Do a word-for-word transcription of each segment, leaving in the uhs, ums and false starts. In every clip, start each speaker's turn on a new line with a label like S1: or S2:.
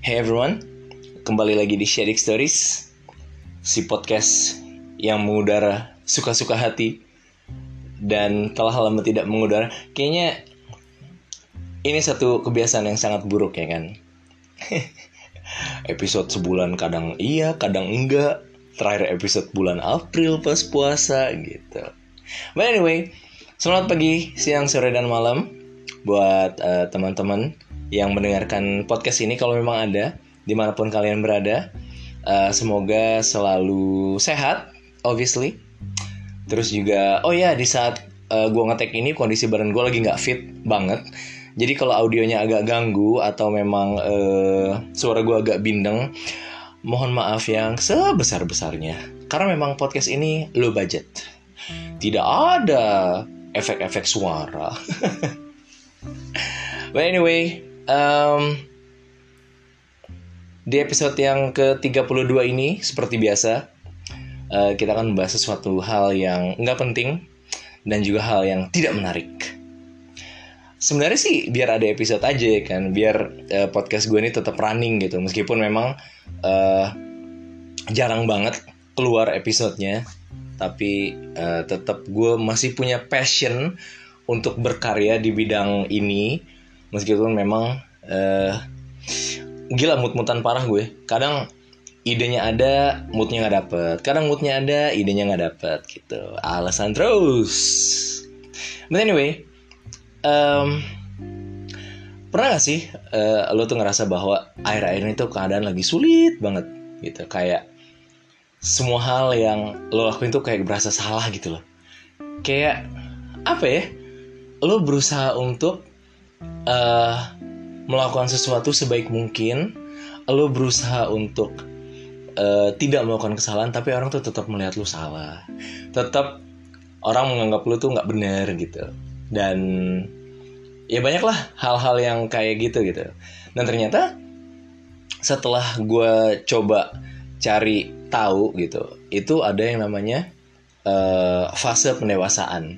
S1: Hey everyone, kembali lagi di Shadik Stories, si podcast yang mengudara suka-suka hati dan telah lama tidak mengudara. Kayaknya ini satu kebiasaan yang sangat buruk ya kan. Episode sebulan kadang iya, kadang enggak. Terakhir episode bulan April pas puasa gitu. But anyway, selamat pagi, siang, sore, dan malam buat uh, teman-teman yang mendengarkan podcast ini. Kalau memang ada, dimanapun kalian berada, uh, semoga selalu sehat, obviously. Terus juga, oh ya, di saat uh, gue ngetek ini kondisi badan gue lagi gak fit banget. Jadi kalau audionya agak ganggu atau memang uh, suara gue agak bindeng, mohon maaf yang sebesar-besarnya. Karena memang podcast ini low budget, tidak ada efek-efek suara. But anyway, Um, di episode yang ke tiga puluh dua ini, seperti biasa, uh, kita akan membahas sesuatu hal yang nggak penting dan juga hal yang tidak menarik. Sebenarnya sih biar ada episode aja kan, biar uh, podcast gue ini tetap running gitu. Meskipun memang uh, jarang banget keluar episodenya, tapi uh, tetap gue masih punya passion untuk berkarya di bidang ini. Meskipun memang uh, gila mood-moodan parah gue. Kadang idenya ada, moodnya gak dapet. Kadang moodnya ada, idenya gak dapet gitu. Alasan terus. But anyway, um, pernah gak sih uh, lo tuh ngerasa bahwa akhir-akhir ini tuh keadaan lagi sulit banget gitu. Kayak semua hal yang lo lakuin tuh kayak berasa salah gitu loh. Kayak apa ya, lo berusaha untuk Uh, melakukan sesuatu sebaik mungkin, lo berusaha untuk uh, tidak melakukan kesalahan, tapi orang tuh tetap melihat lo salah, tetap orang menganggap lo tuh nggak benar gitu. Dan ya banyak lah hal-hal yang kayak gitu gitu. Dan ternyata setelah gue coba cari tahu gitu, itu ada yang namanya uh, fase pendewasaan.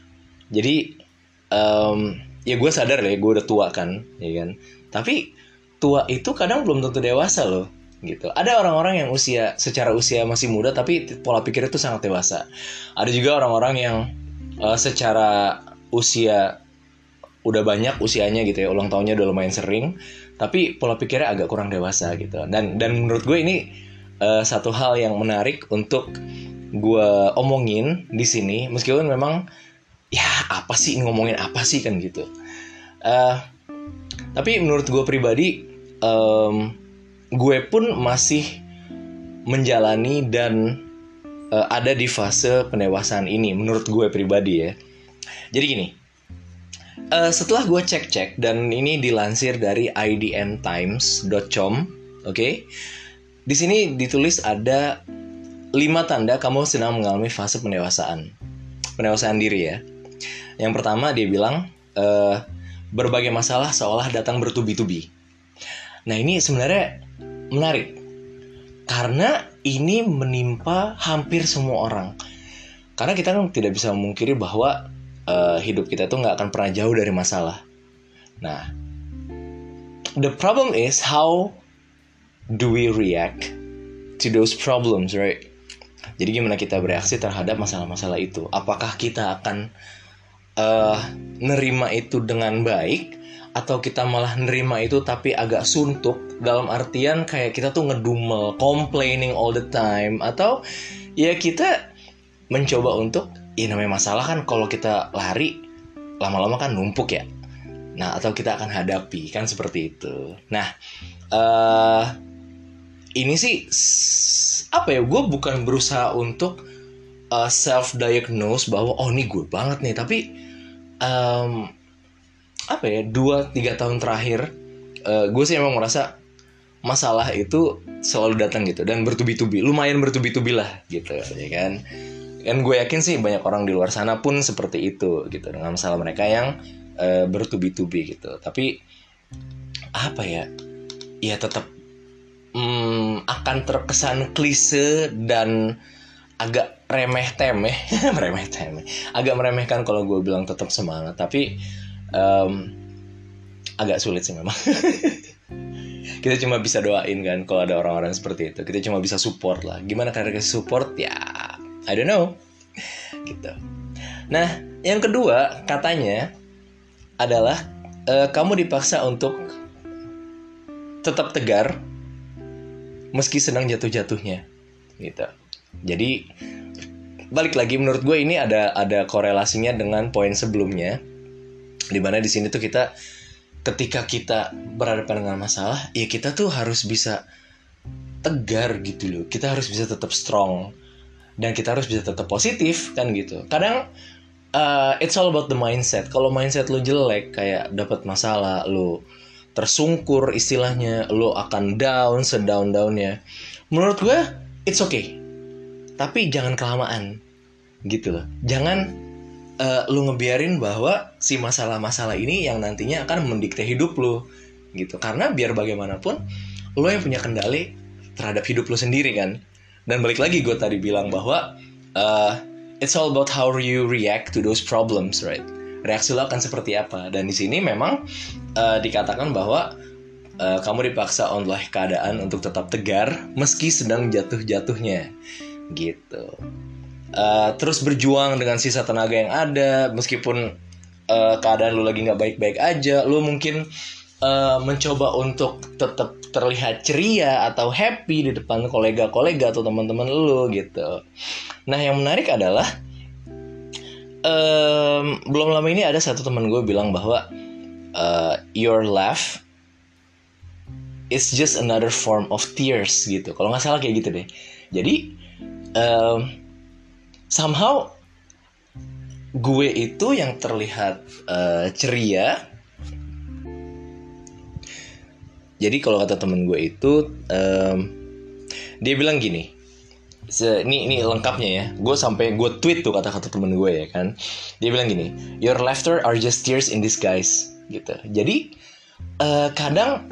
S1: Jadi um, ya gue sadar ya, gue udah tua kan, ya kan. Tapi tua itu kadang belum tentu dewasa loh, gitu. Ada orang-orang yang usia secara usia masih muda, tapi pola pikirnya tuh sangat dewasa. Ada juga orang-orang yang uh, secara usia udah banyak usianya gitu ya, ulang tahunnya udah lumayan sering, tapi pola pikirnya agak kurang dewasa gitu. Dan dan menurut gue ini uh, satu hal yang menarik untuk gue omongin di sini, meskipun memang ya apa sih, ngomongin apa sih kan gitu. Uh, tapi menurut gue pribadi, um, gue pun masih menjalani dan uh, ada di fase pendewasaan ini. Menurut gue pribadi ya. Jadi gini, uh, setelah gue cek-cek, dan ini dilansir dari i d n times dot com, oke? Okay? Di sini ditulis ada lima tanda kamu sedang mengalami fase pendewasaan, pendewasaan diri ya. Yang pertama dia bilang uh, berbagai masalah seolah datang bertubi-tubi. Nah ini sebenarnya menarik karena ini menimpa hampir semua orang. Karena kita kan tidak bisa memungkiri bahwa uh, hidup kita tuh nggak akan pernah jauh dari masalah. Nah, the problem is how do we react to those problems, right? Jadi gimana kita bereaksi terhadap masalah-masalah itu? Apakah kita akan Uh, nerima itu dengan baik, atau kita malah nerima itu tapi agak suntuk, dalam artian kayak kita tuh ngedumel, complaining all the time, atau ya kita mencoba untuk, ya namanya masalah kan kalau kita lari lama-lama kan numpuk ya. Nah, atau kita akan hadapi, kan seperti itu. Nah, uh, ini sih apa ya, gue bukan berusaha untuk Uh, self-diagnose bahwa oh ini gue banget nih, tapi um, apa ya, dua tiga tahun terakhir uh, gue sih emang merasa masalah itu selalu datang gitu dan bertubi-tubi, lumayan bertubi-tubi lah gitu ya kan. Dan gue yakin sih banyak orang di luar sana pun seperti itu gitu, dengan masalah mereka yang uh, bertubi-tubi gitu. Tapi apa ya, ya tetap um, akan terkesan klise dan agak remeh-temeh, remeh-temeh, agak meremehkan kalau gue bilang tetap semangat, tapi um, agak sulit sih memang. Kita cuma bisa doain kan kalau ada orang-orang seperti itu. Kita cuma bisa support lah. Gimana cara kasih support? Ya, I don't know. Gitu. Nah, yang kedua katanya adalah uh, kamu dipaksa untuk tetap tegar meski sedang jatuh-jatuhnya. Gitu. Jadi balik lagi menurut gue ini ada ada korelasinya dengan poin sebelumnya, di mana di sini tuh kita ketika kita berhadapan dengan masalah, ya kita tuh harus bisa tegar gitu loh. Kita harus bisa tetap strong dan kita harus bisa tetap positif kan gitu. Kadang uh, it's all about the mindset. Kalau mindset lo jelek, kayak dapat masalah, lo tersungkur istilahnya, lo akan down sedown-downnya. Menurut gue it's okay. Tapi jangan kelamaan gitu loh. Jangan Uh, lu ngebiarin bahwa si masalah-masalah ini yang nantinya akan mendikte hidup lu gitu. Karena biar bagaimanapun lu yang punya kendali terhadap hidup lu sendiri kan. Dan balik lagi gue tadi bilang bahwa uh, it's all about how you react to those problems, right? Reaksi lu akan seperti apa. Dan di sini memang uh, dikatakan bahwa uh, kamu dipaksa oleh keadaan untuk tetap tegar meski sedang jatuh-jatuhnya gitu. Uh, terus berjuang dengan sisa tenaga yang ada, meskipun uh, keadaan lu lagi nggak baik-baik aja, lu mungkin uh, mencoba untuk tetap terlihat ceria atau happy di depan kolega-kolega atau teman-teman lu gitu. Nah, yang menarik adalah um, belum lama ini ada satu teman gue bilang bahwa uh, your laugh is just another form of tears gitu. Kalau nggak salah kayak gitu deh. Jadi um, somehow gue itu yang terlihat uh, ceria. Jadi kalau kata temen gue itu um, dia bilang gini. Ini ini lengkapnya ya. Gue sampai gue tweet tuh kata-kata temen gue ya kan. Dia bilang gini, your laughter are just tears in disguise gitu. Jadi uh, kadang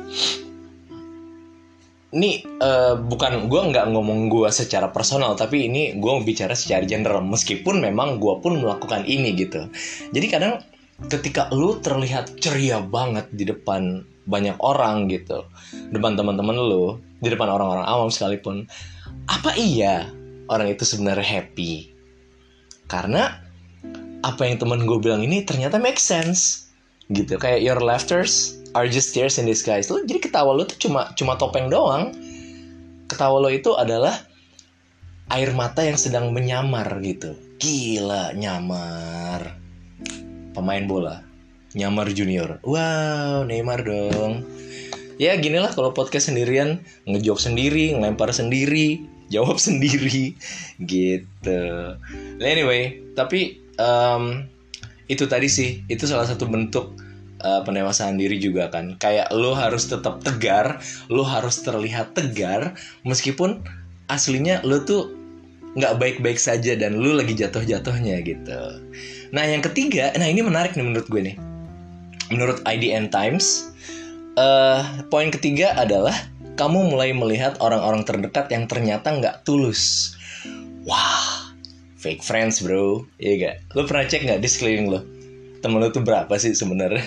S1: ini uh, bukan gue nggak ngomong gue secara personal, tapi ini gue bicara secara general, meskipun memang gue pun melakukan ini gitu. Jadi kadang ketika lu terlihat ceria banget di depan banyak orang gitu, depan teman-teman lu, di depan orang-orang awam sekalipun, apa iya orang itu sebenarnya happy? Karena apa yang teman gue bilang ini ternyata make sense gitu. Kayak your laughters are just tears in disguise. Lo jadi ketawa lo tuh cuma cuma topeng doang. Ketawa lo itu adalah air mata yang sedang menyamar gitu. Gila, nyamar. Pemain bola, nyamar junior. Wow, Neymar dong. Ya ginilah kalau podcast sendirian, ngejawab sendiri, ngelempar sendiri, jawab sendiri gitu. Anyway, tapi um, itu tadi sih, itu salah satu bentuk Uh, pendewasaan diri juga kan. Kayak lo harus tetap tegar, lo harus terlihat tegar meskipun aslinya lo tuh nggak baik-baik saja dan lo lagi jatuh-jatuhnya gitu. Nah yang ketiga, nah ini menarik nih menurut gue nih. Menurut I D N Times, uh, poin ketiga adalah kamu mulai melihat orang-orang terdekat yang ternyata nggak tulus. Wah, fake friends bro, iya gak? Lo pernah cek nggak di sekeliling lo? Temen lu tuh berapa sih sebenarnya?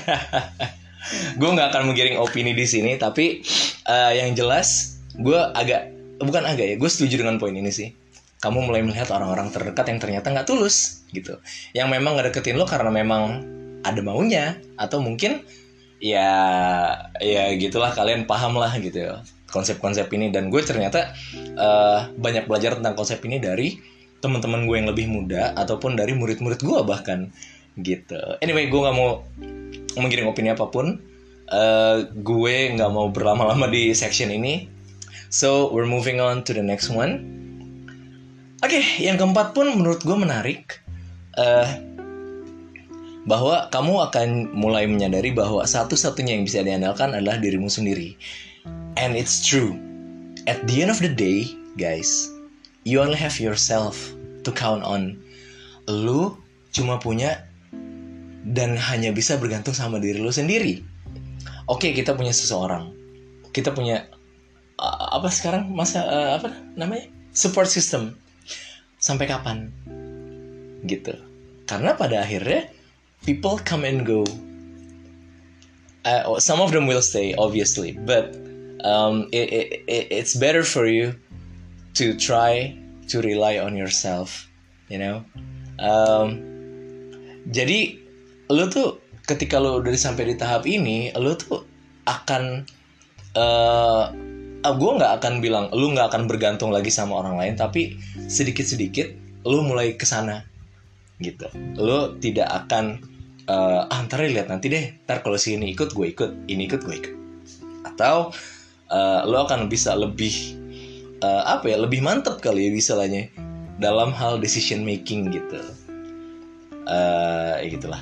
S1: Gue nggak akan menggiring opini di sini, tapi uh, yang jelas gue agak bukan agak ya, gue setuju dengan poin ini sih. Kamu mulai melihat orang-orang terdekat yang ternyata nggak tulus gitu, yang memang ngedeketin lo karena memang ada maunya, atau mungkin ya ya gitulah, kalian paham lah gitu ya, konsep-konsep ini. Dan gue ternyata uh, banyak belajar tentang konsep ini dari teman-teman gue yang lebih muda ataupun dari murid-murid gue bahkan. Gitu. Anyway, gue nggak mau menggiring opini apapun. Uh, gue nggak mau berlama-lama di section ini. So we're moving on to the next one. Oke, okay, yang keempat pun menurut gue menarik. Uh, bahwa kamu akan mulai menyadari bahwa satu-satunya yang bisa diandalkan adalah dirimu sendiri. And it's true. At the end of the day, guys, you only have yourself to count on. Lu cuma punya dan hanya bisa bergantung sama diri lu sendiri. Oke, kita punya seseorang, kita punya uh, apa sekarang masa uh, apa namanya support system. Sampai kapan? Gitu. Karena pada akhirnya people come and go. uh, some of them will stay obviously, but um, it, it, it, it's better for you to try to rely on yourself, you know. Um, jadi lo tuh ketika lo udah sampai di tahap ini, lo tuh akan uh, gue nggak akan bilang lo nggak akan bergantung lagi sama orang lain, tapi sedikit-sedikit lo mulai kesana gitu. Lo tidak akan uh, ah ntar lihat nanti deh, ntar kalau si ini ikut gue ikut, ini ikut gue ikut, atau uh, lo akan bisa lebih uh, apa ya, lebih mantep kali ya misalnya dalam hal decision making gitu. Uh, ya gitulah.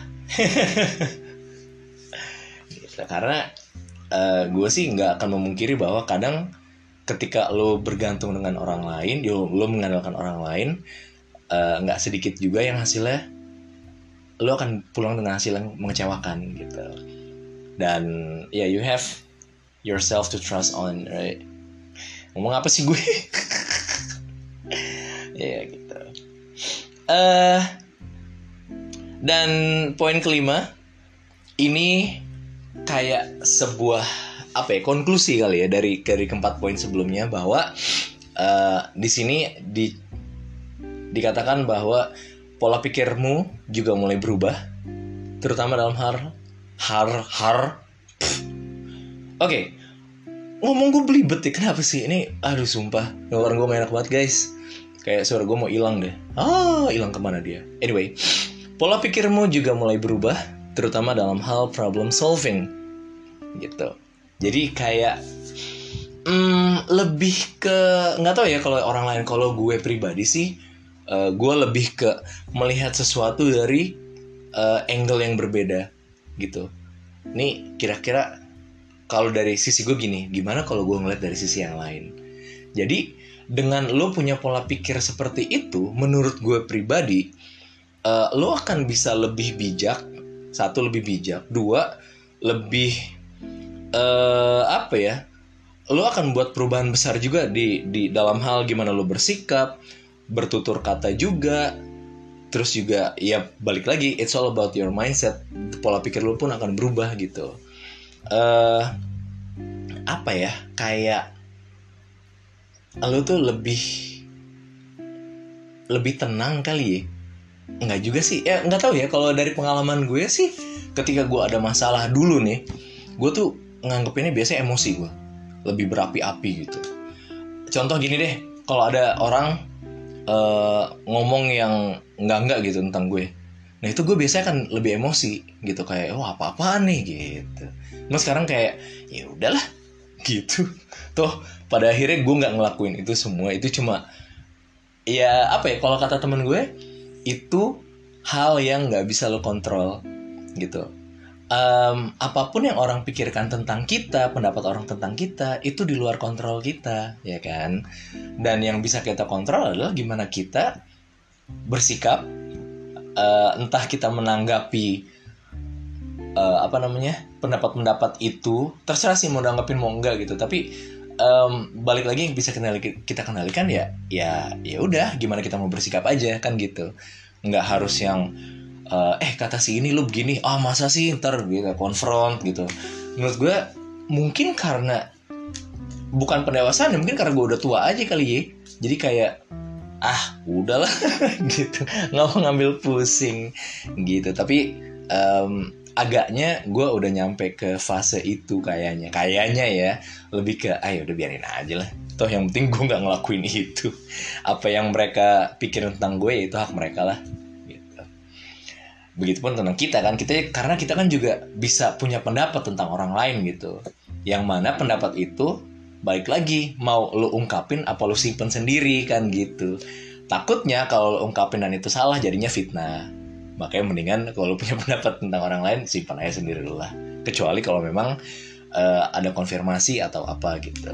S1: Gitu. Karena uh, gue sih nggak akan memungkiri bahwa kadang ketika lo bergantung dengan orang lain, lo, lo mengandalkan orang lain, nggak uh, sedikit juga yang hasilnya lo akan pulang dengan hasil yang mengecewakan gitu. Dan ya yeah, you have yourself to trust on, right? Ngomong apa sih gue? Ya yeah, gitu. Uh, dan poin kelima ini kayak sebuah apa ya, konklusi kali ya dari dari keempat poin sebelumnya, bahwa uh, di sini di dikatakan bahwa pola pikirmu juga mulai berubah, terutama dalam hal har har. Oke, okay. Ngomong gue belibet ya, kenapa sih ini? Aduh sumpah, ngeluarin gue gak enak banget guys. Kayak suara gue mau hilang deh. Ah, hilang kemana dia? Anyway, pola pikirmu juga mulai berubah, terutama dalam hal problem solving, gitu. Jadi kayak hmm, lebih ke, nggak tahu ya kalau orang lain, kalau gue pribadi sih, uh, gue lebih ke melihat sesuatu dari uh, angle yang berbeda, gitu. Nih kira-kira kalau dari sisi gue gini, gimana kalau gue ngeliat dari sisi yang lain? Jadi dengan lo punya pola pikir seperti itu, menurut gue pribadi, uh, lo akan bisa lebih bijak. Satu, lebih bijak. Dua, lebih uh, apa ya? Lo akan buat perubahan besar juga di di dalam hal gimana lo bersikap, bertutur kata juga. Terus juga ya balik lagi, it's all about your mindset. Pola pikir lo pun akan berubah gitu. Uh, apa ya? Kayak lo tuh lebih lebih tenang kali ya. Enggak juga sih, ya nggak tahu ya. Kalau dari pengalaman gue sih, ketika gue ada masalah dulu nih, gue tuh nganggepinnya biasanya emosi gue lebih berapi-api gitu. Contoh gini deh, kalau ada orang uh, ngomong yang enggak-enggak gitu tentang gue, nah itu gue biasanya kan lebih emosi gitu, kayak oh apa-apaan nih gitu. Nah sekarang kayak ya udahlah gitu. Tuh pada akhirnya gue nggak ngelakuin itu semua. Itu cuma ya apa ya, kalau kata temen gue, itu hal yang nggak bisa lo kontrol gitu. Um, apapun yang orang pikirkan tentang kita, pendapat orang tentang kita, itu di luar kontrol kita, ya kan? Dan yang bisa kita kontrol adalah gimana kita bersikap, uh, entah kita menanggapi uh, apa namanya pendapat-pendapat itu, terserah sih mau nanggapin mau enggak gitu. Tapi um, balik lagi yang bisa kita kendalikan ya, ya ya udah gimana kita mau bersikap aja kan gitu. Nggak harus yang uh, eh kata si ini lu begini, ah oh, masa sih, ntar gitu konfront gitu. Menurut gue mungkin karena bukan pendewasaan ya, mungkin karena gue udah tua aja kali ya. Jadi kayak ah udahlah gitu, nggak mau ngambil pusing gitu. Tapi um, agaknya gue udah nyampe ke fase itu kayaknya, kayaknya ya lebih ke ayo udah biarin aja lah. Toh yang penting gue nggak ngelakuin itu. Apa yang mereka pikir tentang gue ya itu hak mereka lah. Gitu. Begitupun tentang kita kan, kita karena kita kan juga bisa punya pendapat tentang orang lain gitu. Yang mana pendapat itu balik lagi mau lo ungkapin apa lo simpen sendiri kan gitu. Takutnya kalau lo ungkapin dan itu salah jadinya fitnah. Makanya mendingan kalau lo punya pendapat tentang orang lain simpan aja sendiri dulu lah. Kecuali kalau memang uh, ada konfirmasi atau apa gitu.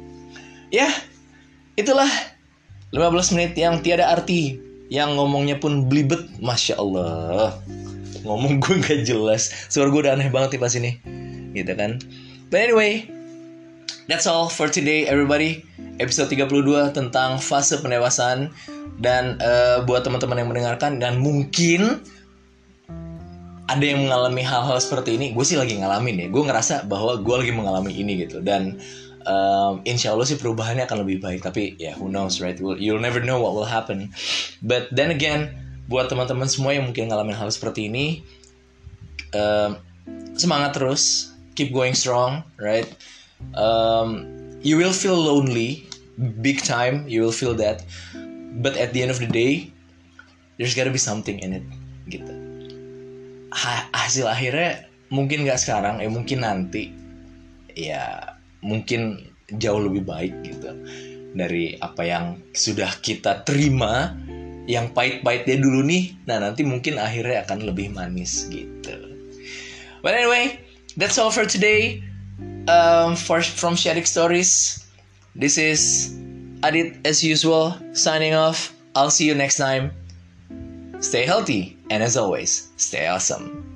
S1: Ya, itulah lima belas menit yang tiada arti, yang ngomongnya pun belibet, Masya Allah. Ngomong gue gak jelas, suara gue udah aneh banget nih pas ini, gitu kan. But anyway, that's all for today everybody. Episode tiga puluh dua tentang fase pendewasaan. Dan uh, buat teman-teman yang mendengarkan, dan mungkin ada yang mengalami hal-hal seperti ini. Gue sih lagi ngalamin ya. Gue ngerasa bahwa gue lagi mengalami ini gitu. Dan um, insya Allah sih perubahannya akan lebih baik. Tapi ya yeah, who knows, right? You'll never know what will happen. But then again, buat teman-teman semua yang mungkin ngalamin hal seperti ini, um, semangat terus. Keep going strong, right? Um, you will feel lonely, big time. You will feel that. But at the end of the day, there's gotta be something in it, gitu. Ha- hasil akhirnya mungkin nggak sekarang, ya mungkin nanti, ya mungkin jauh lebih baik gitu dari apa yang sudah kita terima, yang pahit-pahitnya dulu nih. Nah nanti mungkin akhirnya akan lebih manis gitu. But anyway, that's all for today. Um, for from Shadik Stories, this is Adit as usual signing off. I'll see you next time. Stay healthy, and as always, stay awesome.